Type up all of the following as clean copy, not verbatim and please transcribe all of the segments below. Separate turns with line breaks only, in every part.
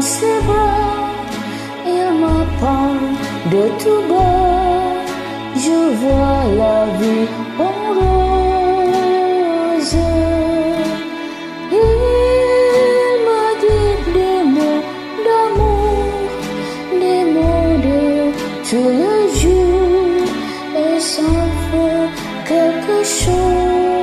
se bat, il m'apprend de tout bas. Je vois la vie en rose. Il m'a dit des mots d'amour, des mots de tous les jours, et ça fait quelque chose.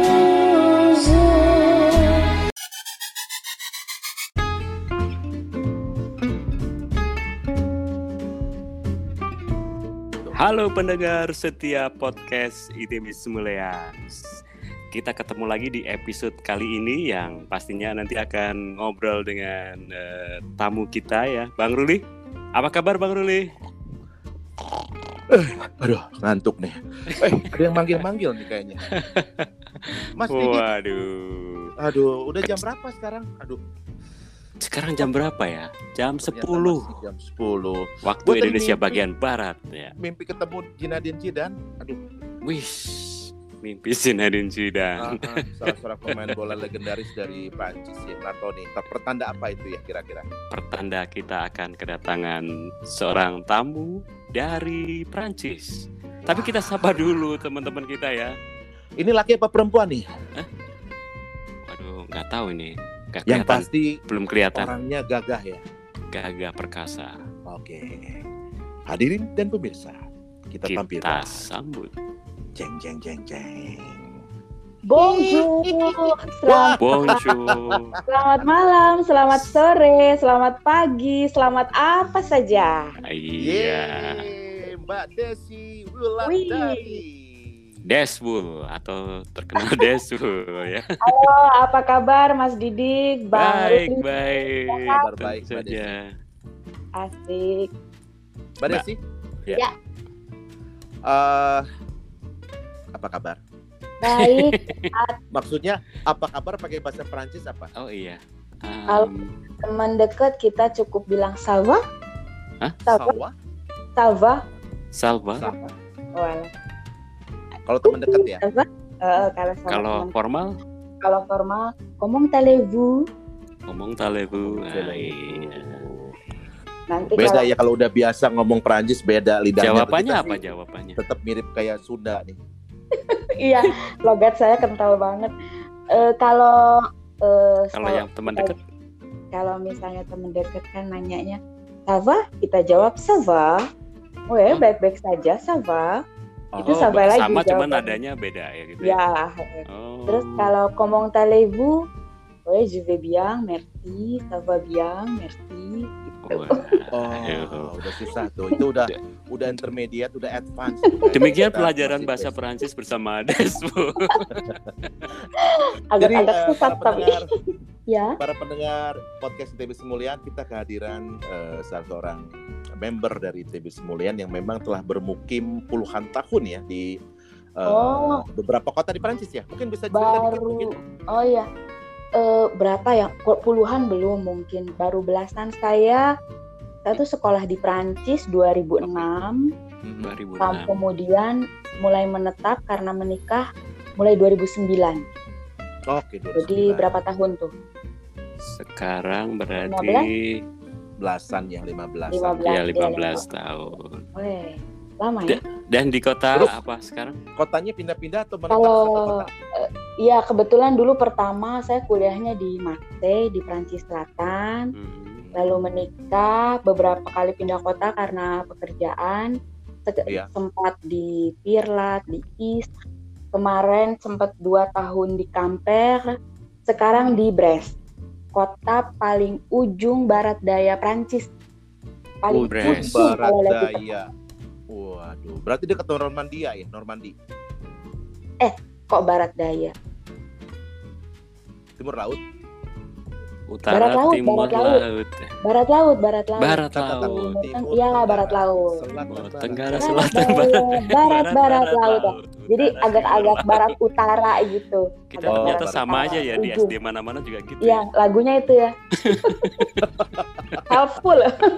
Halo pendengar setiap podcast ITB Semulian. Kita ketemu lagi di episode kali ini yang pastinya nanti akan ngobrol dengan tamu kita ya, Bang Ruli. Apa kabar Bang Ruli?
Aduh, ngantuk nih. Ada yang manggil-manggil nih kayaknya. Mas Didi.
Waduh.
Aduh, udah jam berapa sekarang? Aduh.
Sekarang jam berapa ya? Jam 10.
Jam 10.
Waktu
Gua
Indonesia
mimpi,
bagian barat ya.
Mimpi ketemu Zinedine Zidane. Aduh.
Wish. Mimpi Zinedine Zidane.
Salah seorang pemain bola legendaris dari Prancis ya, Platoni. Pertanda apa itu ya kira-kira?
Pertanda kita akan kedatangan seorang tamu dari Prancis. Tapi kita sapa dulu teman-teman kita ya.
Ini laki apa perempuan nih?
Waduh, nggak tahu ini. Gak
Yang
kelihatan.
pasti
Belum kelihatan.
orangnya gagah ya.
Gagah perkasa.
Oke. Hadirin dan pemirsa, kita tampilkan.
Kita sambut.
Jeng jeng jeng jeng.
Bonjour,
Bonjour.
selamat malam, selamat sore, selamat pagi, selamat apa saja.
Iya.
Yeay, Mbak Desi
Wih.
Wulandari.
Desbul atau terkenal Desbul ya.
Halo, apa kabar Mas Didik, Bang
Baik,
Ruli?
baik.
Kabar
Tentu
baik, Mbak
saja.
Asik.
Mbak Desi?
Ya.
Apa kabar?
Baik.
Maksudnya apa kabar pakai bahasa Perancis apa?
Oh iya.
Kalau teman dekat kita cukup bilang salva,
Hah?
Sawa?
salva.
Salva.
Sawa.
Well,
Kalau teman dekat ya?
salva. Kalau sama
Kalau
teman-
formal
kalau formal, comment allez-vous?
ngomong talebu.
Beda.
Iya.
Nanti
Beda
kalau
ya kalau udah biasa ngomong Perancis beda lidahnya.
Jawabannya
Kita
apa
sih
jawabannya?
tetap mirip kayak Sunda nih.
iya, logat saya kental banget. Kalau
Kalau yang teman dekat
kalau misalnya teman dekat kan nanyanya, "Sava?" Kita jawab, "Sava." Oh ya, baik-baik saja, Sava. Itu sabar lagi
sama cuman
jawabannya.
nadanya beda ya gitu.
Ya.
Oh.
Terus kalau comment allez-vous? "Ouais, je vais bien, merci. Ça va bien, merci." Gitu.
Oh, udah susah tuh. Itu udah intermediate, udah advance.
Demikian
Kita
pelajaran
masih
bahasa
basic.
Perancis bersama Desbul.
Jadi
Agak-agak susah tapi. Ya.
para pendengar podcast ITB Semulian, kita kehadiran salah seorang member dari ITB Semulian yang memang telah bermukim puluhan tahun ya di beberapa kota di Prancis ya. Mungkin bisa cerita dikit mungkin.
Oh iya. Berapa ya? Puluhan belum mungkin. Baru belasan saya tuh sekolah di Prancis 2006.
2006.
Kemudian mulai menetap karena menikah mulai 2009.
Oke,
Jadi berapa tahun tuh?
Sekarang berarti
belasan ya, 15.
15.
ya 15 tahun.
Oleh, lama ya?
Dan di kota
Terus?
apa sekarang?
Kotanya pindah-pindah atau menetap
Kalau
satu kota?
Iya, kebetulan dulu pertama saya kuliahnya di Marseille di Prancis Selatan, lalu menikah, beberapa kali pindah kota karena pekerjaan,
Iya.
sempat di Pirlat, di Is, kemarin sempat 2 tahun di Quimper, sekarang di Brest, kota paling ujung barat daya Prancis, paling
Brest.
ujung
Barat
kalau lihat di peta.
Daya. Waduh, berarti dekat Normandia ya, Normandi.
Kok barat daya?
Timur laut.
Utara,
Barat laut,
timur,
barat laut.
laut.
Barat laut, barat laut.
Barat
Katakan
laut.
timur,
Iya,
tenggara,
barat laut.
selatan,
Timur,
barat.
tenggara,
Barat,
selatan,
barat,
barat,
barat laut. Jadi
Utara,
agak-agak
timur,
barat utara gitu.
Kita
Agak
ternyata
barat
sama
utara,
aja ya di
ujung.
SD mana-mana juga gitu.
Iya, lagunya itu ya. Helpful.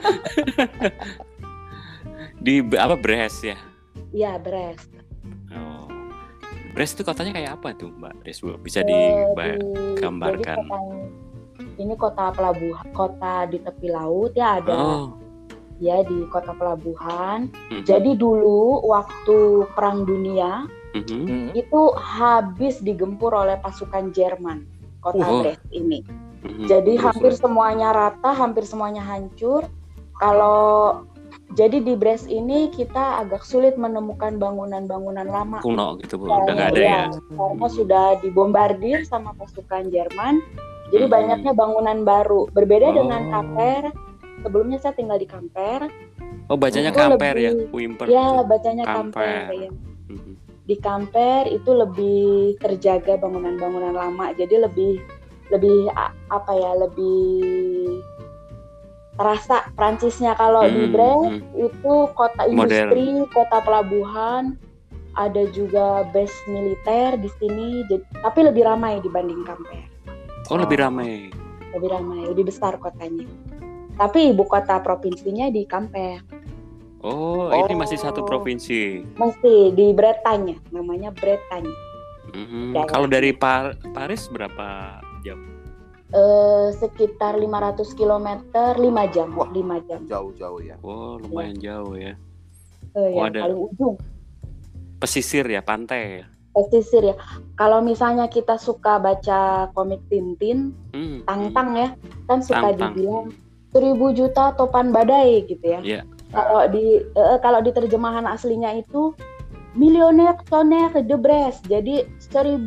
Di apa Brest ya?
Iya, Brest.
Oh. Brest itu kotanya kayak apa tuh Mbak Desbul? Bisa
Jadi
digambarkan.
ini kota pelabuhan, kota di tepi laut ya, ada ya di kota pelabuhan. Jadi dulu waktu Perang Dunia itu habis digempur oleh pasukan Jerman kota Brest ini. Jadi hampir semuanya rata, hampir semuanya hancur. Kalau jadi di Brest ini kita agak sulit menemukan bangunan-bangunan lama
kuno gitu Bu, udah nggak ada ya.
Karena sudah dibombardir sama pasukan Jerman. Jadi banyaknya bangunan baru. Berbeda dengan Quimper. Sebelumnya saya tinggal di Quimper.
Oh, bacanya Quimper ya, Quimper.
Ya, bacanya Quimper ya. Di Quimper itu lebih terjaga bangunan-bangunan lama. Jadi lebih apa ya, lebih terasa Prancisnya. Kalau di Brest itu kota industri, kota pelabuhan, ada juga base militer di sini, tapi lebih ramai dibanding Quimper.
Oh, lebih ramai.
Lebih ramai, lebih besar kotanya. Tapi ibu kota provinsinya di Quimper.
Oh, ini masih satu provinsi.
Masih di Bretagne, namanya Bretagne.
Kalau dari Paris berapa jam?
Sekitar 500 km, 5 jam.
Wah,
5 jam.
Jauh-jauh ya.
Oh, lumayan jauh ya.
Yang paling ujung.
Pesisir ya, pantai ya.
Pesisir ya. Kalau misalnya kita suka baca komik Tintin, Tang-Tang ya, kan suka dibilang 1000 juta topan badai gitu ya.
Yeah.
Kalau di terjemahan aslinya itu Millionaire tonnerre de Brest. Jadi 1000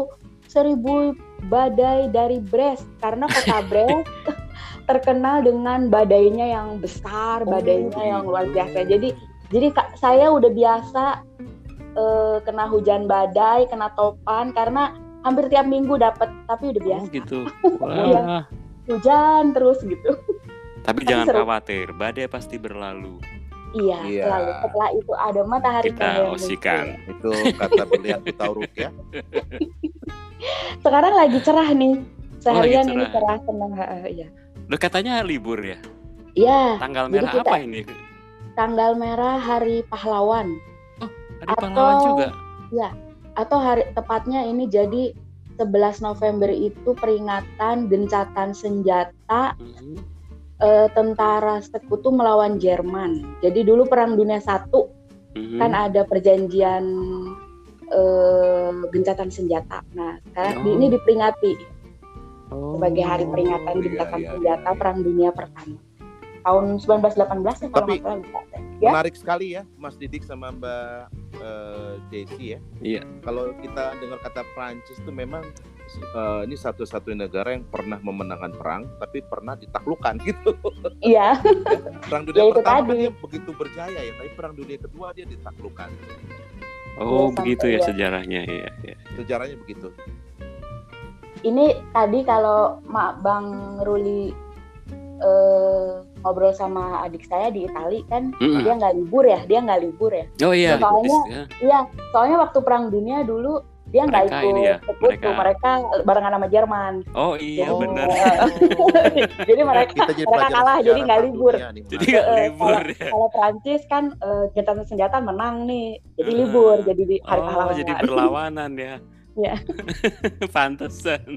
badai dari Brest, karena kota Brest terkenal dengan badainya yang besar, badainya yang luar biasa. Jadi saya udah biasa kena hujan badai, kena topan, karena hampir tiap minggu dapat, tapi udah biasa.
Oh gitu.
Wah. Hujan terus gitu.
Tapi jangan khawatir, badai pasti berlalu.
Iya, selalu. Setelah itu ada matahari
kita osikan.
Itu kata berlian Tauruk ya.
Sekarang lagi cerah nih. Seharian ini cerah, senang. Ya.
Loh, katanya libur ya?
Iya.
Tanggal merah apa ini?
Tanggal merah Hari Pahlawan.
Oh, Hari Pahlawan juga?
Ya, atau hari tepatnya ini jadi 11 November itu peringatan gencatan senjata tentara sekutu melawan Jerman. Jadi dulu Perang Dunia I kan ada perjanjian gencatan senjata. Nah, sekarang ini diperingati sebagai hari peringatan gencatan senjata Perang Dunia Pertama. Tahun 1918 ya kalau nggak salah.
Menarik sekali ya, Mas Didik sama Mbak Desi ya.
Iya.
Kalau kita dengar kata Prancis itu memang ini satu-satunya negara yang pernah memenangkan perang, tapi pernah ditaklukkan gitu.
Iya.
Perang Dunia Pertama kan dia begitu berjaya ya, tapi Perang Dunia Kedua dia ditaklukkan.
Oh, begitu ya sejarahnya ya.
Sejarahnya begitu.
Ini tadi kalau Bang Ruli ngobrol sama adik saya di Itali kan, dia nggak libur ya.
Oh iya.
Soalnya waktu Perang Dunia dulu dia nggak ikut sekutu, mereka barengan sama Jerman.
Oh iya benar.
Jadi mereka kalah, jadi nggak libur.
Jadi nggak libur.
Kalau Prancis kan gencatan senjata menang nih, jadi libur, jadi di hari pahlawan.
Jadi berlawanan ya.
Iya.
Pantesan.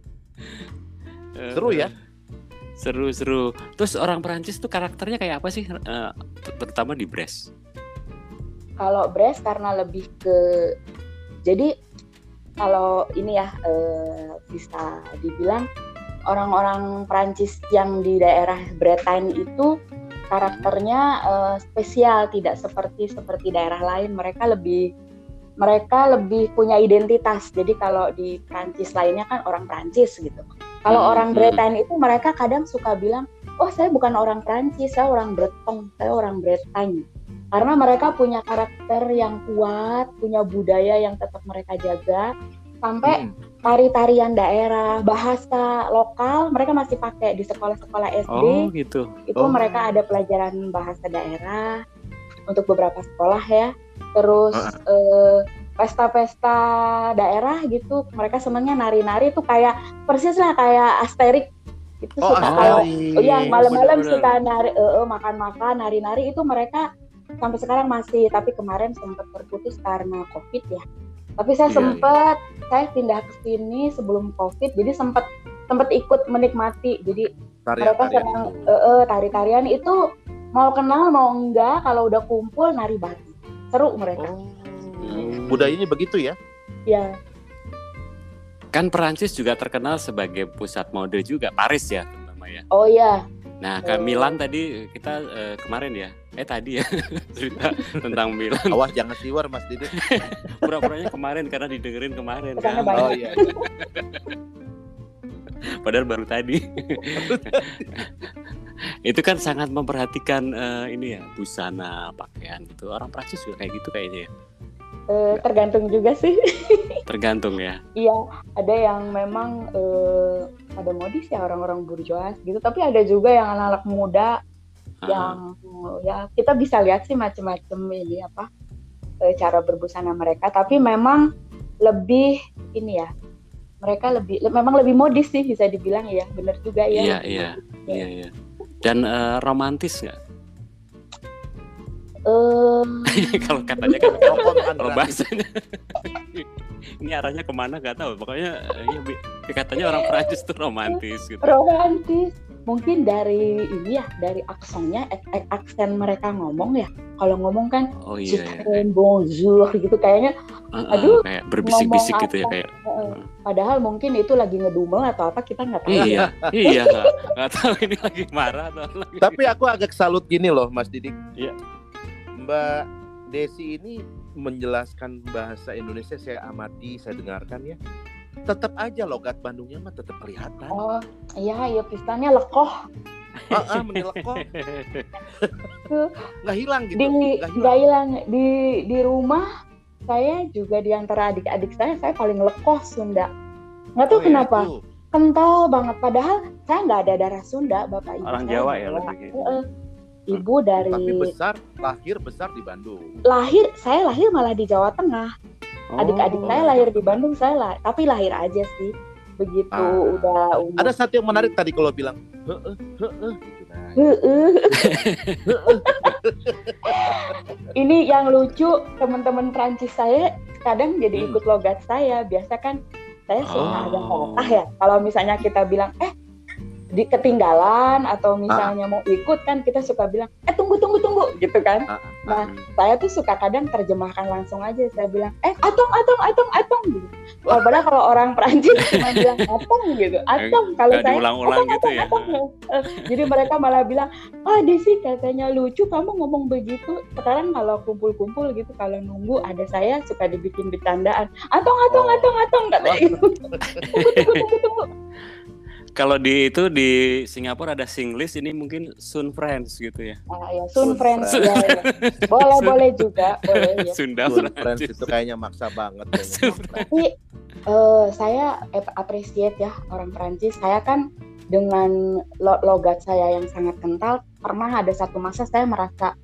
Seru ya.
Seru. Terus orang Prancis tuh karakternya kayak apa sih? Terutama di Brest.
Kalau Brest karena lebih ke, jadi kalau ini ya bisa dibilang orang-orang Prancis yang di daerah Bretagne itu karakternya spesial, tidak seperti daerah lain. Mereka lebih punya identitas. Jadi kalau di Prancis lainnya kan orang Prancis gitu. Kalau orang Bretagne itu mereka kadang suka bilang, oh saya bukan orang Prancis, saya orang Breton, saya orang Bretagne. Karena mereka punya karakter yang kuat, punya budaya yang tetap mereka jaga, sampai tari-tarian daerah, bahasa lokal mereka masih pakai di sekolah-sekolah SD.
Oh gitu.
Itu mereka ada pelajaran bahasa daerah untuk beberapa sekolah ya. Terus pesta-pesta daerah gitu, mereka senangnya nari-nari tuh kayak persis lah kayak Asterix. Itu suka kalau malam-malam suka nari, makan-makan, nari-nari itu mereka sampai sekarang masih, tapi kemarin sempat terputus karena Covid ya. Tapi saya saya pindah ke sini sebelum Covid, jadi sempat sempat ikut menikmati. Jadi mereka
Tarian-tarian
senang
itu.
tari-tarian itu mau kenal mau enggak kalau udah kumpul nari batu. Seru mereka.
Budayanya begitu ya?
Ya.
Kan Perancis juga terkenal sebagai pusat mode juga, Paris ya terutama ya.
Oh iya.
Nah, ke Milan tadi kita kemarin ya. Tadi ya cerita tentang Milan.
Awas jangan siwar Mas Didit.
Pura-puranya kemarin karena didengerin kemarin
Pesannya
kan.
banyak.
Oh iya.
Padahal baru tadi. Itu kan sangat memperhatikan ini ya, busana, pakaian gitu. Orang Prancis juga kayak gitu kayaknya ya.
Tergantung juga sih.
Tergantung ya.
Iya, ada yang memang pada modis ya orang-orang bourgeois gitu, tapi ada juga yang anak-anak muda yang ya kita bisa lihat sih macam-macam ini apa cara berbusana mereka, tapi memang lebih ini ya, mereka memang lebih modis sih bisa dibilang ya, benar juga ya.
Iya. Dan romantis nggak? Kalau katanya kan kalau bahasanya ini arahnya kemana nggak tahu. Pokoknya ya, katanya orang Prancis tuh romantis gitu.
Romantis. Mungkin dari ini ya, dari aksennya, aksen mereka ngomong ya. Kalau ngomong kan, bonjour gitu kayaknya. Aduh,
kayak berbisik-bisik gitu ya kayak.
Padahal mungkin itu lagi ngedumel atau apa kita nggak tahu.
Iya, nggak tahu ini lagi marah atau lagi.
Tapi aku agak salut gini loh, Mas Didik.
Iya.
Mbak Desi ini menjelaskan bahasa Indonesia, saya amati, saya dengarkan ya. Tetap aja logat Bandungnya mah tetap kelihatan.
Oh iya, pisannya lekoh.
Menelekoh. Nggak hilang gitu.
Nggak hilang. Di rumah saya juga di antara adik-adik saya paling lekoh Sunda. Nggak tahu kenapa.
Itu.
Kental banget. Padahal saya nggak ada darah Sunda, bapak ibu.
Orang Jawa ya lebih gitu.
Ibu dari.
Tapi lahir besar di Bandung.
Saya lahir malah di Jawa Tengah. Adik-adik saya lahir di Bandung, tapi lahir aja sih. Begitu udah umur.
Ada satu yang menarik tadi kalau bilang
Ini yang lucu, teman-teman Prancis saya kadang jadi ikut logat saya. Biasa kan saya suka agak patah ya. Kalau misalnya kita bilang ketinggalan atau misalnya mau ikut kan kita suka bilang tunggu gitu kan. Nah saya tuh suka kadang terjemahkan langsung aja, saya bilang atong gitu. Padahal kalau orang Prancis cuma bilang atong gitu, atong. Kalau saya
diulang-ulang gitu ya.
Jadi mereka malah bilang, Desi katanya lucu kamu ngomong begitu. Sekarang kalau kumpul-kumpul gitu, kalau nunggu ada saya suka dibikin bercandaan atong katanya gitu. Tunggu.
Kalau di Singapura ada Singlish, ini mungkin Sun Friends gitu ya.
Ya Sun Friends. Ya. Boleh juga, boleh ya.
Sunda
Friends itu kayaknya maksa banget.
Tapi saya appreciate ya orang Prancis. Saya kan dengan logat saya yang sangat kental, pernah ada satu masa saya merasa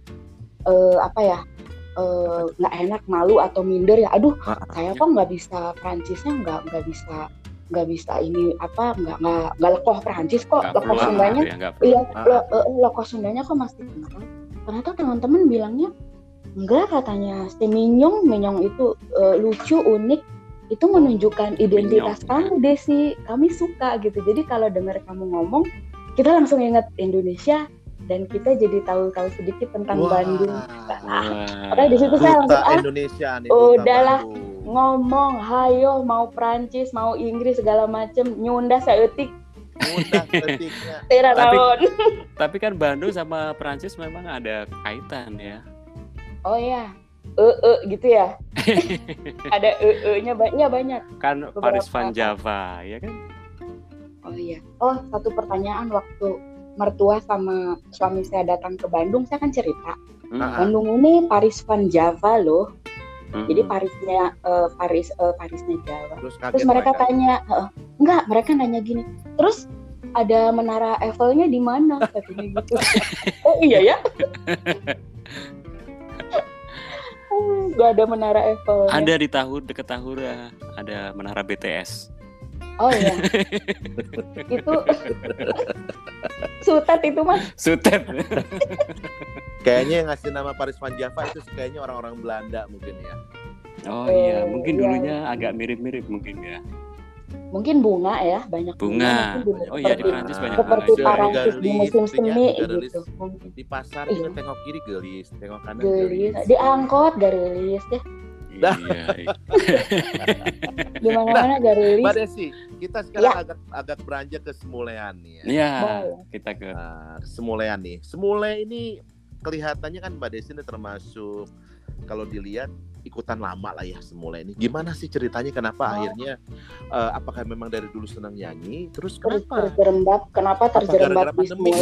nggak enak, malu atau minder ya. Aduh, saya kok nggak bisa Prancisnya, nggak bisa ini nggak lekoh Perancis kok, lekoh Sundanya lekoh Sundanya kok masih kenal. Ternyata teman-teman bilangnya enggak, katanya si Minyong itu lucu, unik, itu menunjukkan identitas kamu Desi, kami suka gitu. Jadi kalau dengar kamu ngomong kita langsung ingat Indonesia dan kita jadi tahu sedikit tentang Bandung. Makanya di situ saya langsung
Indonesia nih,
udahlah ngomong, hayo mau Prancis mau Inggris segala macem nyunda saeutik.
Tapi kan Bandung sama Prancis memang ada kaitan ya.
Oh ya, gitu ya. Ada nya banyak.
Kan Paris Van Java, ya kan?
Oh iya. Oh, satu pertanyaan, waktu mertua sama suami saya datang ke Bandung, saya kan cerita. Bandung ini Paris Van Java loh. Jadi Parisnya Jawa. Terus mereka tanya, enggak, mereka nanya gini. Terus ada menara Eiffelnya di mana? Katanya gitu. Oh iya ya. Gak ada menara Eiffel.
Ada di dekat Tahura, ada menara BTS.
Oh iya. Itu Sutet itu Mas.
Sutet.
Kayaknya yang ngasih nama Paris Van Java itu kayaknya orang-orang Belanda mungkin ya.
Oh iya, mungkin dulunya agak mirip-mirip mungkin ya.
mungkin bunga ya, banyak
bunga. Oh iya, di Prancis banyak bunga.
Seperti Parancis di musim semi gitu.
Di pasar kita tengok kiri gelis, tengok kanan
gelis. Di angkot gelis deh.
Iya.
Di mana-mana gelis.
Mbak Desi, kita sekarang agak beranjak ke Semulean nih ya.
Iya, kita ke
Semulean nih. Semule ini kelihatannya kan Mbak Desi ini termasuk kalau dilihat ikutan lama lah ya Semule ini. Gimana sih ceritanya? Kenapa akhirnya? Apakah memang dari dulu senang nyanyi? Terus kenapa?
Terjerembab di Semule?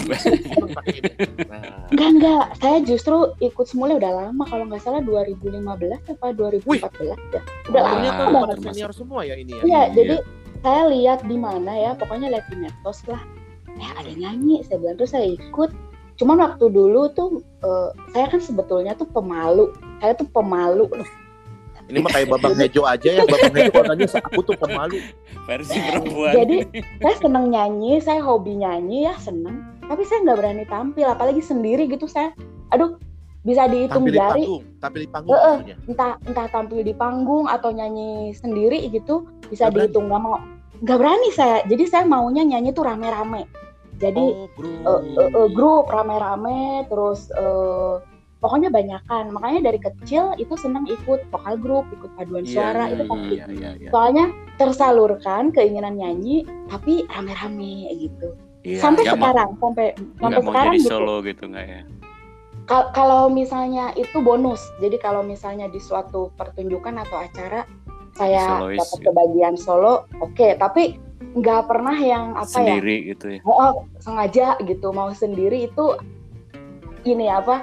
Enggak. Saya justru ikut Semule udah lama. Kalau nggak salah 2015 apa 2014 ya. Udah lama banget.
Senior semua ya ini ya.
Iya, jadi saya lihat di mana ya. Pokoknya lihat di medsos lah. Ada nyanyi. Saya bilang tuh saya ikut. Cuman waktu dulu tuh saya kan sebetulnya tuh pemalu. Saya tuh pemalu loh.
Ini mah kayak Babang Hejo aja ya. Babang Hejo katanya aku tuh pemalu.
Versi perempuan.
Jadi saya seneng nyanyi, saya hobi nyanyi ya seneng. Tapi saya nggak berani tampil, apalagi sendiri gitu saya. Aduh, bisa dihitung jari.
Tampil di panggung maksudnya.
Entah tampil di panggung atau nyanyi sendiri gitu, bisa dihitung nggak berani saya. Jadi saya maunya nyanyi tuh rame-rame. Jadi grup rame-rame terus pokoknya banyakan. Makanya dari kecil itu senang ikut vokal grup, ikut paduan suara itu pasti. Soalnya tersalurkan keinginan nyanyi tapi rame-rame gitu.
Iya,
sampai sekarang sampai sekarang
jadi
gitu.
solo gitu nggak ya?
Kalau misalnya itu bonus. Jadi kalau misalnya di suatu pertunjukan atau acara saya dapat kebagian solo, oke. Tapi nggak pernah yang
sendiri gitu ya.
Sengaja gitu mau sendiri itu ini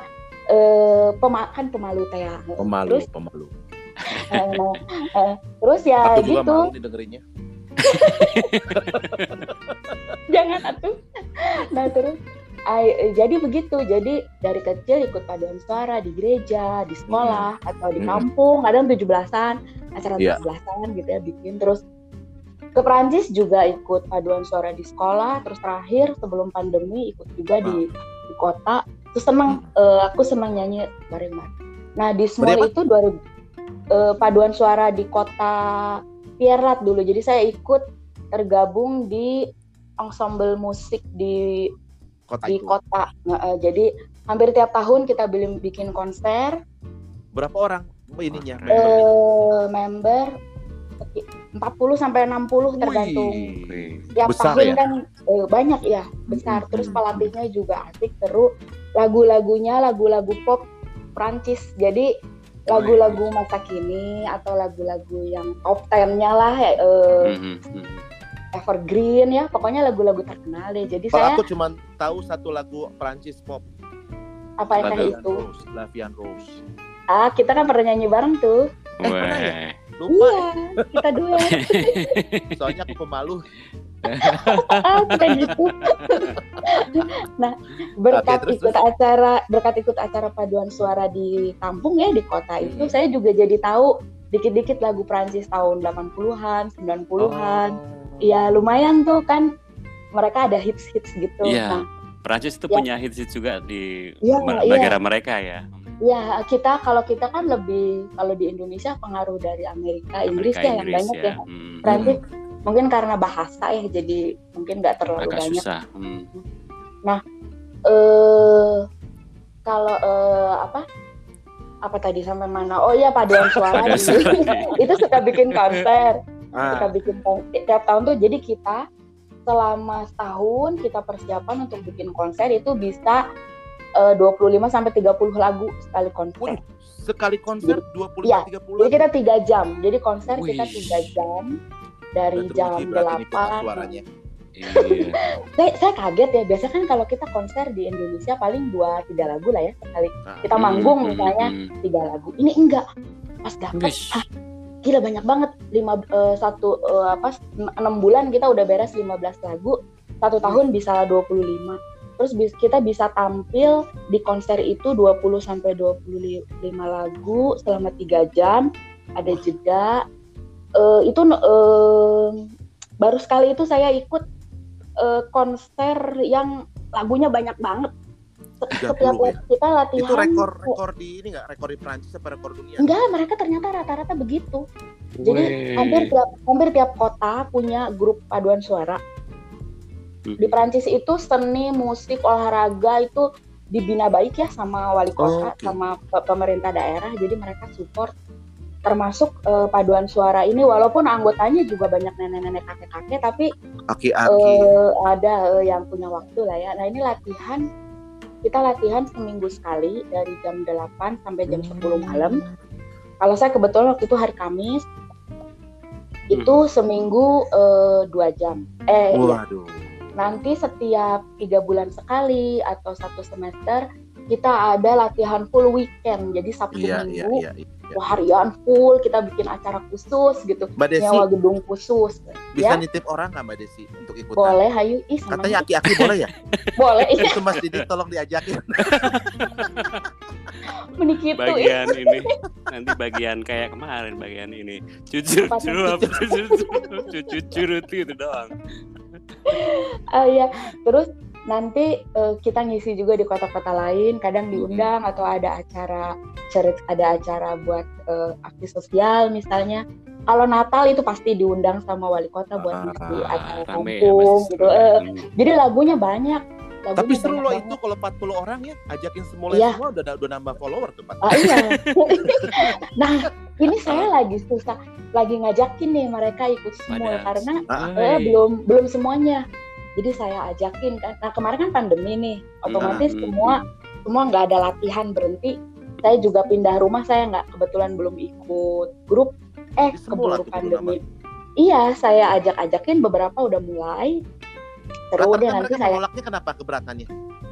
kan pemalu teh.
Pemalu.
Terus ya
aku juga
gitu.
malu didengerinnya.
Jangan atuh. Nah terus jadi begitu. Jadi dari kecil ikut paduan suara di gereja, di sekolah atau di kampung. Kadang 17-an, acara 17-an gitu ya bikin. Terus ke Prancis juga ikut paduan suara di sekolah. Terus terakhir sebelum pandemi ikut juga di kota. Terus aku senang nyanyi bareng-bareng. Nah di Semule itu paduan suara di kota Pierrat dulu. Jadi saya ikut tergabung di ensemble musik di kota. Jadi hampir tiap tahun kita bikin konser.
Berapa orang ininya?
Member 40 sampai 60 tergantung. Tiap
besar
tahun
ya?
kan banyak ya, besar. Terus pelatihnya juga asik, seru. Lagu-lagunya lagu-lagu pop Prancis. Jadi lagu-lagu masa kini atau lagu-lagu yang top 10-nya lah evergreen ya. Pokoknya lagu-lagu terkenal deh. Jadi
aku cuma tahu satu lagu Prancis pop.
Apa yang itu?
La Vie en Rose.
Kita kan pernah nyanyi bareng tuh.
Pernah ya? Lupa.
Iya, kita dulu.
Soalnya aku pemalu.
Kita gitu. Nah, berkat ikut acara paduan suara di kampung ya, di kota itu, saya juga jadi tahu dikit-dikit lagu Prancis tahun 80-an, 90-an. Ya lumayan tuh kan, mereka ada hits-hits gitu.
Iya,
nah,
Prancis itu punya hits-hits juga di negara mereka ya.
Ya, kalau kita kan lebih, kalau di Indonesia pengaruh dari Amerika Inggris yang banyak ya. Prancis mungkin karena bahasa ya, jadi mungkin nggak terlalu
agak
banyak.
Susah.
Nah, kalau apa tadi sampai mana? Oh iya, paduan suara. Itu suka bikin konser. Suka bikin tiap tahun tuh. Jadi kita selama setahun kita persiapan untuk bikin konser itu bisa 25 sampai 30 lagu sekali konser.
Sekali konser 25
ya,
30 lagu.
Jadi kita 3 jam. Jadi konser kita 3 jam dari jam 8. Saya kaget ya. Biasanya kan kalau kita konser di Indonesia paling 2-3 lagu lah ya sekali. Kita manggung misalnya 3 lagu. Ini enggak. Pas dapet gila banyak banget. 6 bulan kita udah beres 15 lagu. 1 tahun bisa 25. Terus kita bisa tampil di konser itu 20 sampai 25 lagu selama 3 jam. Ada jeda. Itu baru sekali itu saya ikut konser yang lagunya banyak banget. Setiap kita latihan.
Itu rekor di ini nggak? Rekor di Prancis apa rekor dunia?
Enggak, mereka ternyata rata-rata begitu. Jadi hampir tiap kota punya grup paduan suara. Di Prancis itu seni, musik, olahraga itu dibina baik ya sama wali kota, sama pemerintah daerah. Jadi mereka support, termasuk paduan suara ini. Walaupun anggotanya juga banyak nenek-nenek, kakek-kakek, tapi ada yang punya waktu lah ya. Nah ini kita latihan seminggu sekali dari jam 8 sampai jam 10 malam. Kalau saya kebetulan waktu itu hari Kamis, itu seminggu 2 jam.
Waduh.
Nanti setiap 3 bulan sekali atau 1 semester kita ada latihan full weekend. Jadi Sabtu Minggu harian full, kita bikin acara khusus gitu, nyawa gedung khusus.
Bisa nitip orang nggak Mbak Desi untuk ikutan?
Boleh, hayu.
Katanya aki-aki boleh ya?
Boleh.
Itu Mas Didi tolong diajakin.
Menikitu
bagian ini nanti bagian kayak kemarin bagian ini cucu gitu doang.
Ya, terus nanti kita ngisi juga di kota-kota lain, kadang diundang atau ada acara buat aksi sosial misalnya. Kalau Natal itu pasti diundang sama wali kota buat ngisi acara kampung gitu. Jadi lagunya banyak.
Tapi seru loh itu kalau 40 orang ya, ajakin semula semua udah nambah follower tuh 40.
Iya. Nah, ini saya lagi ngajakin nih mereka ikut semua karena belum semuanya. Jadi saya ajakin kan. Nah, kemarin kan pandemi nih, otomatis semua nggak ada latihan, berhenti. Saya juga pindah rumah, saya kebetulan belum ikut grup. Keburu pandemi. Iya, saya ajakin beberapa udah mulai. Terus deh nanti saya
menolaknya kenapa keberatannya?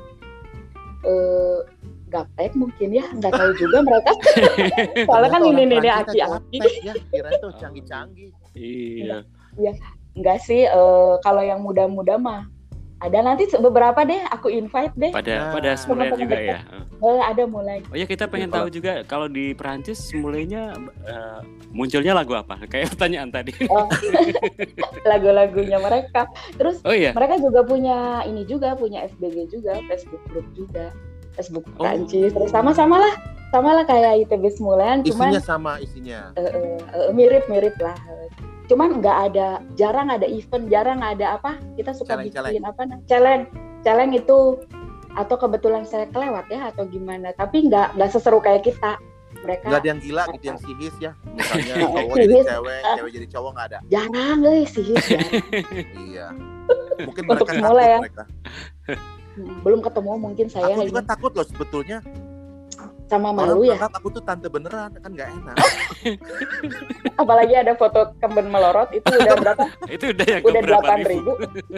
Gaptek mungkin ya, nggak tahu juga mereka. Soalnya kan ini aki-aki.
Ya, kira itu canggih-canggih.
Iya.
Ya, enggak sih. Kalau yang muda-muda mah ada, nanti beberapa deh aku invite deh.
Pada Semulean juga ya.
Ada mulai.
Oh ya, kita pengen tahu juga kalau di Perancis mulainya munculnya lagu apa? Kayak pertanyaan tadi.
Lagu-lagunya mereka. Terus mereka juga punya FBG juga, Facebook group juga, Facebook Perancis. Terus sama lah kayak ITB Semulean, cuman
isinya
mirip lah. Cuman jarang ada event, jarang ada apa. Kita suka bikin challenge itu. Atau kebetulan saya kelewat ya atau gimana, tapi nggak seseru kayak kita. Mereka
nggak ada yang gila gitu, yang sihis ya, misalnya cowok jadi cewek jadi cowok, nggak ada.
Jarang sihis ya.
Iya, mungkin
untuk
mereka
semula ya.
Mereka
belum ketemu mungkin saya.
Aku juga takut loh sebetulnya.
Sama malu ya.
Aku tuh tante beneran, kan nggak enak.
Apalagi ada foto kemben melorot, itu udah berapa?
Itu udah
8.000.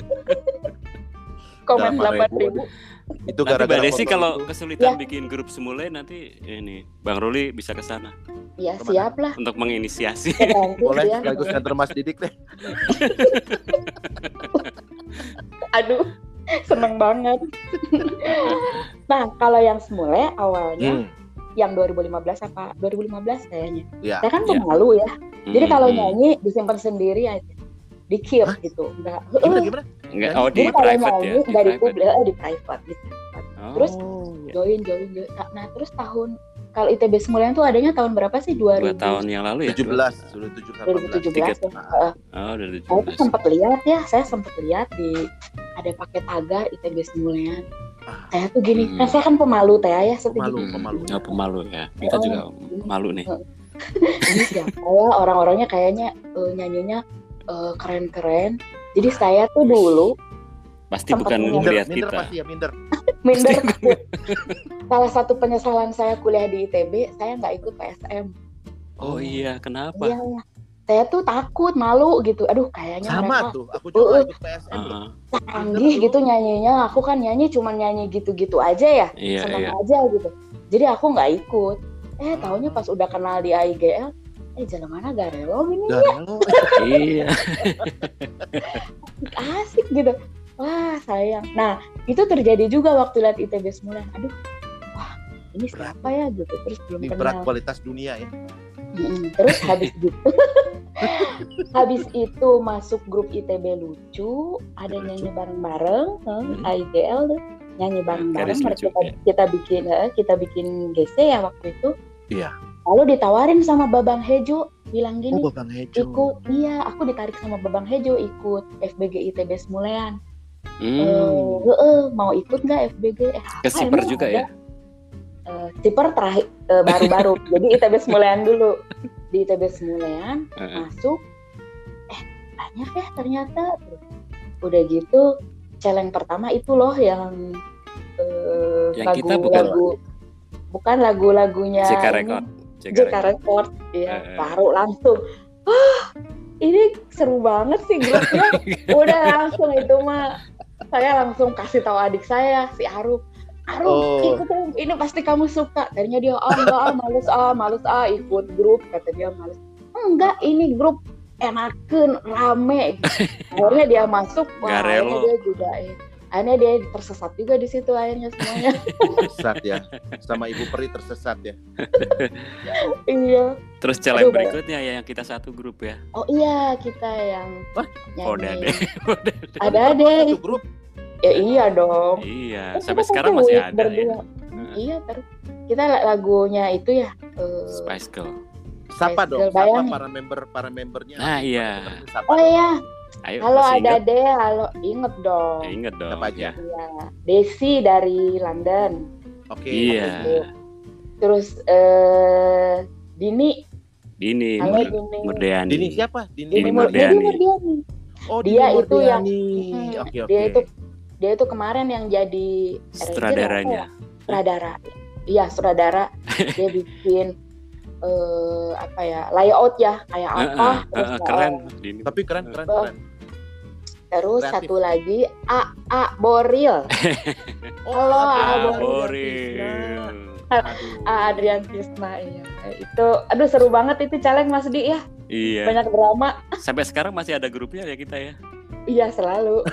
Komen 8.000.
Itu
nanti Mbak Desi kalau kesulitan bikin grup Semule, nanti ini Bang Ruli bisa ke sana.
Iya, siap lah.
Untuk menginisiasi.
Boleh, sekaligus kantor Mas Didik deh.
Aduh, seneng banget. Nah, kalau yang Semule awalnya yang 2015 kayaknya. Ya. Saya kan pemalu ya. Jadi kalau nyanyi disimpan sendiri aja. Di keep gitu, enggak.
Gimana?
Enggak, di private ya.
Enggak di publik, di private gitu. Terus join. Nah, terus tahun kalau ITB Semulean tuh adanya tahun berapa sih?
2 tahun yang lalu ya?
2017 ya.
Oh, 2017.
Saya sempat lihat ada pakai tagar ITB Semulean. Saya tuh gini, kan saya kan pemalu ya,
pemalu.
Oh, pemalu ya. Kita juga malu nih.
Ini siapa ya, orang-orangnya kayaknya nyanyinya keren-keren. Jadi saya tuh dulu
pasti bukan melihat kita.
Pasti ya, minder.
Salah satu penyesalan saya kuliah di ITB, saya nggak ikut PSM.
Oh iya, kenapa?
Iya. Saya tuh takut, malu gitu. Aduh, kayaknya
sama mereka, tuh. Aku juga ikut PSM.
Canggih gitu nyanyinya. Aku kan cuma nyanyi gitu-gitu aja ya. Senang aja gitu. Jadi aku nggak ikut. Taunya pas udah kenal di AIGL, jalan mana garelo gini ya.
Iya.
Asik gitu. Wah, sayang. Nah, itu terjadi juga waktu lihat ITB Semulean. Aduh, wah, ini siapa ya gitu. Terus belum kenal.
Berat kualitas dunia ya.
Terus habis itu masuk grup ITB Lucu, ada nyanyi bareng-bareng, IGL tuh. nyanyi bareng-bareng.
Garis lucu,
Kita bikin GC ya waktu itu.
Iya.
Lalu ditawarin sama Babang Hejo, bilang gini,
Babang Hejo.
aku ditarik sama Babang Hejo ikut FBG ITB Semulean. Mau ikut nggak FBG?
Ke Siper juga ada? Ya?
Siper terakhir baru-baru. Jadi ITB Semulean dulu. Di ITB Semulean masuk, banyak ya ternyata. Udah gitu, challenge pertama itu loh yang bukan lagu-lagunya JK Record. Iya, baru langsung. Ini seru banget sih grupnya. Udah langsung itu mah saya langsung kasih tahu adik saya si Aru ikut ini pasti kamu suka. Tadinya dia males ikut grup, kata dia males. Enggak, ini grup enakeun, rame. Akhirnya dia masuk, akhirnya dia juga akhirnya dia tersesat juga di situ akhirnya semuanya.
Tersesat ya, sama Ibu Peri tersesat ya.
Iya.
Terus challenge berikutnya ya yang kita satu grup ya.
Oh iya, kita yang
nyanyi.
Ada deh.
Satu grup.
Ya iya dong.
Iya, sampai sekarang masih ada
berdua. Ya. Iya, terus kita lagunya itu ya.
Spice Girl.
Sapa dong, sapa para membernya.
Nah iya.
Oh iya.
Ayo,
halo Adade, halo, inget dong.
Inget dong.
Siapa aja?
Iya. Desi dari London.
Oke.
Iya.
Terus Dini. Halo Dini.
Murdiani.
Dini siapa?
Dini Murdiani.
Oh,
dia
Dini
itu yang
Oke.
Dia itu kemarin yang jadi
sutradaranya.
Iya, sutradara. Dia bikin layout ya kayak apa
keren.
Tapi keren.
Terus kreatif. Satu lagi A Boril. Halo
Boril.
Adrian Tisna, iya. Itu seru banget itu challenge Mas Di ya.
Iya.
Banyak drama.
Sampai sekarang masih ada grupnya ya kita ya.
Iya, selalu.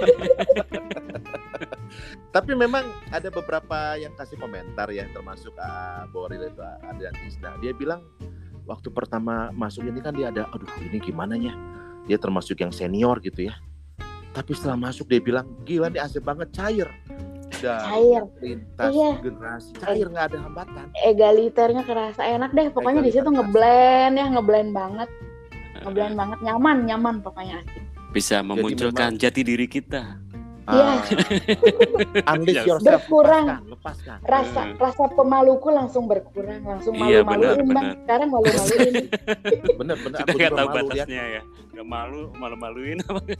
Tapi memang ada beberapa yang kasih komentar ya, termasuk Boril itu Adrian Tisna. Dia bilang waktu pertama masuk ini kan dia ada, ini gimana ya? Dia termasuk yang senior gitu ya. Tapi setelah masuk dia bilang, gila nih asik banget, cair.
Cair.
Lintas generasi, cair, nggak ada hambatan.
Egaliternya kerasa enak deh. Pokoknya di situ ngeblend banget. Ngeblend banget, nyaman pokoknya asik.
Bisa memunculkan jati diri kita.
Iya.
Unleash yourself.
Berkurang.
Lepaskan.
Rasa pemaluku langsung berkurang, langsung malu-maluin Bang. Sekarang malu-maluin.
Bener.
Kita nggak tahu batasnya ya. Nggak malu-maluin.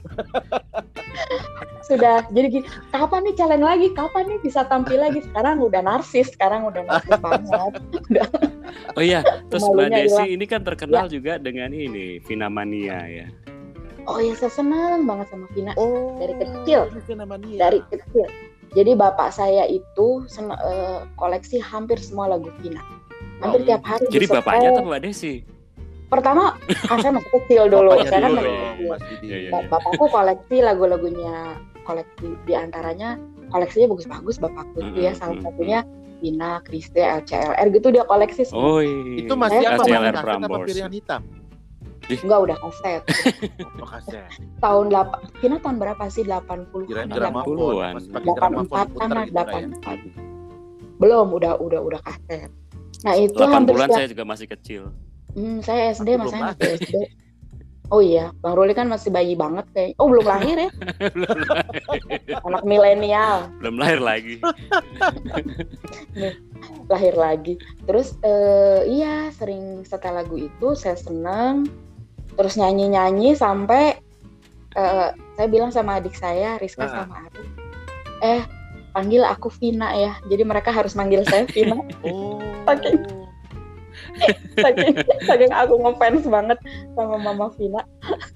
Sudah. Jadi gini, kapan nih challenge lagi? Kapan nih bisa tampil lagi? Sekarang udah narsis banget.
Oh iya. Terus Mbak Desi ini kan terkenal juga dengan ini Vina Mania ya.
Oh ya, saya senang banget sama Vina dari kecil. Jadi bapak saya itu koleksi hampir semua lagu Vina. Hampir tiap hari.
Jadi bapaknya atau Mbak Desi?
Pertama, saya masih kecil dulu. Saya kan masih
kecil.
Bapakku koleksi lagu-lagunya, koleksi diantaranya koleksinya bagus-bagus bapakku itu ya. Salah satunya Vina, Chrisye, LCLR gitu dia koleksi semua.
Oh iya.
Itu masih apa?
LCLR
Apa
Prambors.
pilihan hitam?
Enggak, udah kaset.
Kaset.
Tahun Vina tahun berapa sih? 80-an.
Kirain gramafon.
84. Belum, udah kaset. Nah, itu
80-an saya juga masih kecil.
Saya SD, masanya masih SD. Oh iya, Bang Ruli kan masih bayi banget kayak. Oh, belum lahir ya? Anak milenial.
Belum lahir lagi.
Lahir lagi. Terus iya, sering setel lagu itu saya seneng. Terus nyanyi-nyanyi sampai saya bilang sama adik saya, Rizka sama Aru, panggil aku Vina ya. Jadi mereka harus manggil saya Vina. Saking aku ngefans banget sama Mama Vina.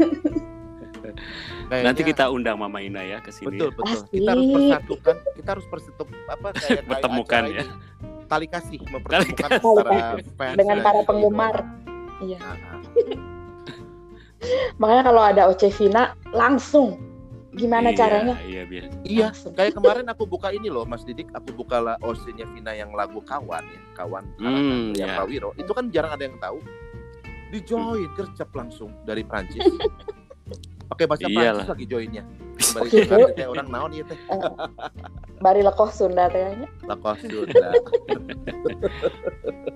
Nanti kita undang Mama Ina ya ke sini.
Betul. Kita harus persatukan, kita harus kayak
bertemukan ya.
Tali kasih, mempertemukan antara fans
dengan para penggemar. Iya. Makanya kalau ada OC Vina langsung gimana caranya?
Iya. Kayak kemarin aku buka ini loh, Mas Didik, aku buka OC-nya Vina yang lagu Kawan yang Prawiro. Itu kan jarang ada yang tahu. Di join gercep langsung dari Prancis. Pakai bahasa
Iyalah.
Prancis lagi joinnya.
Oh, gitu.
Teh orang naon ieu teh?
Bari lekoh Sunda teh nya.
Lakoh Sunda.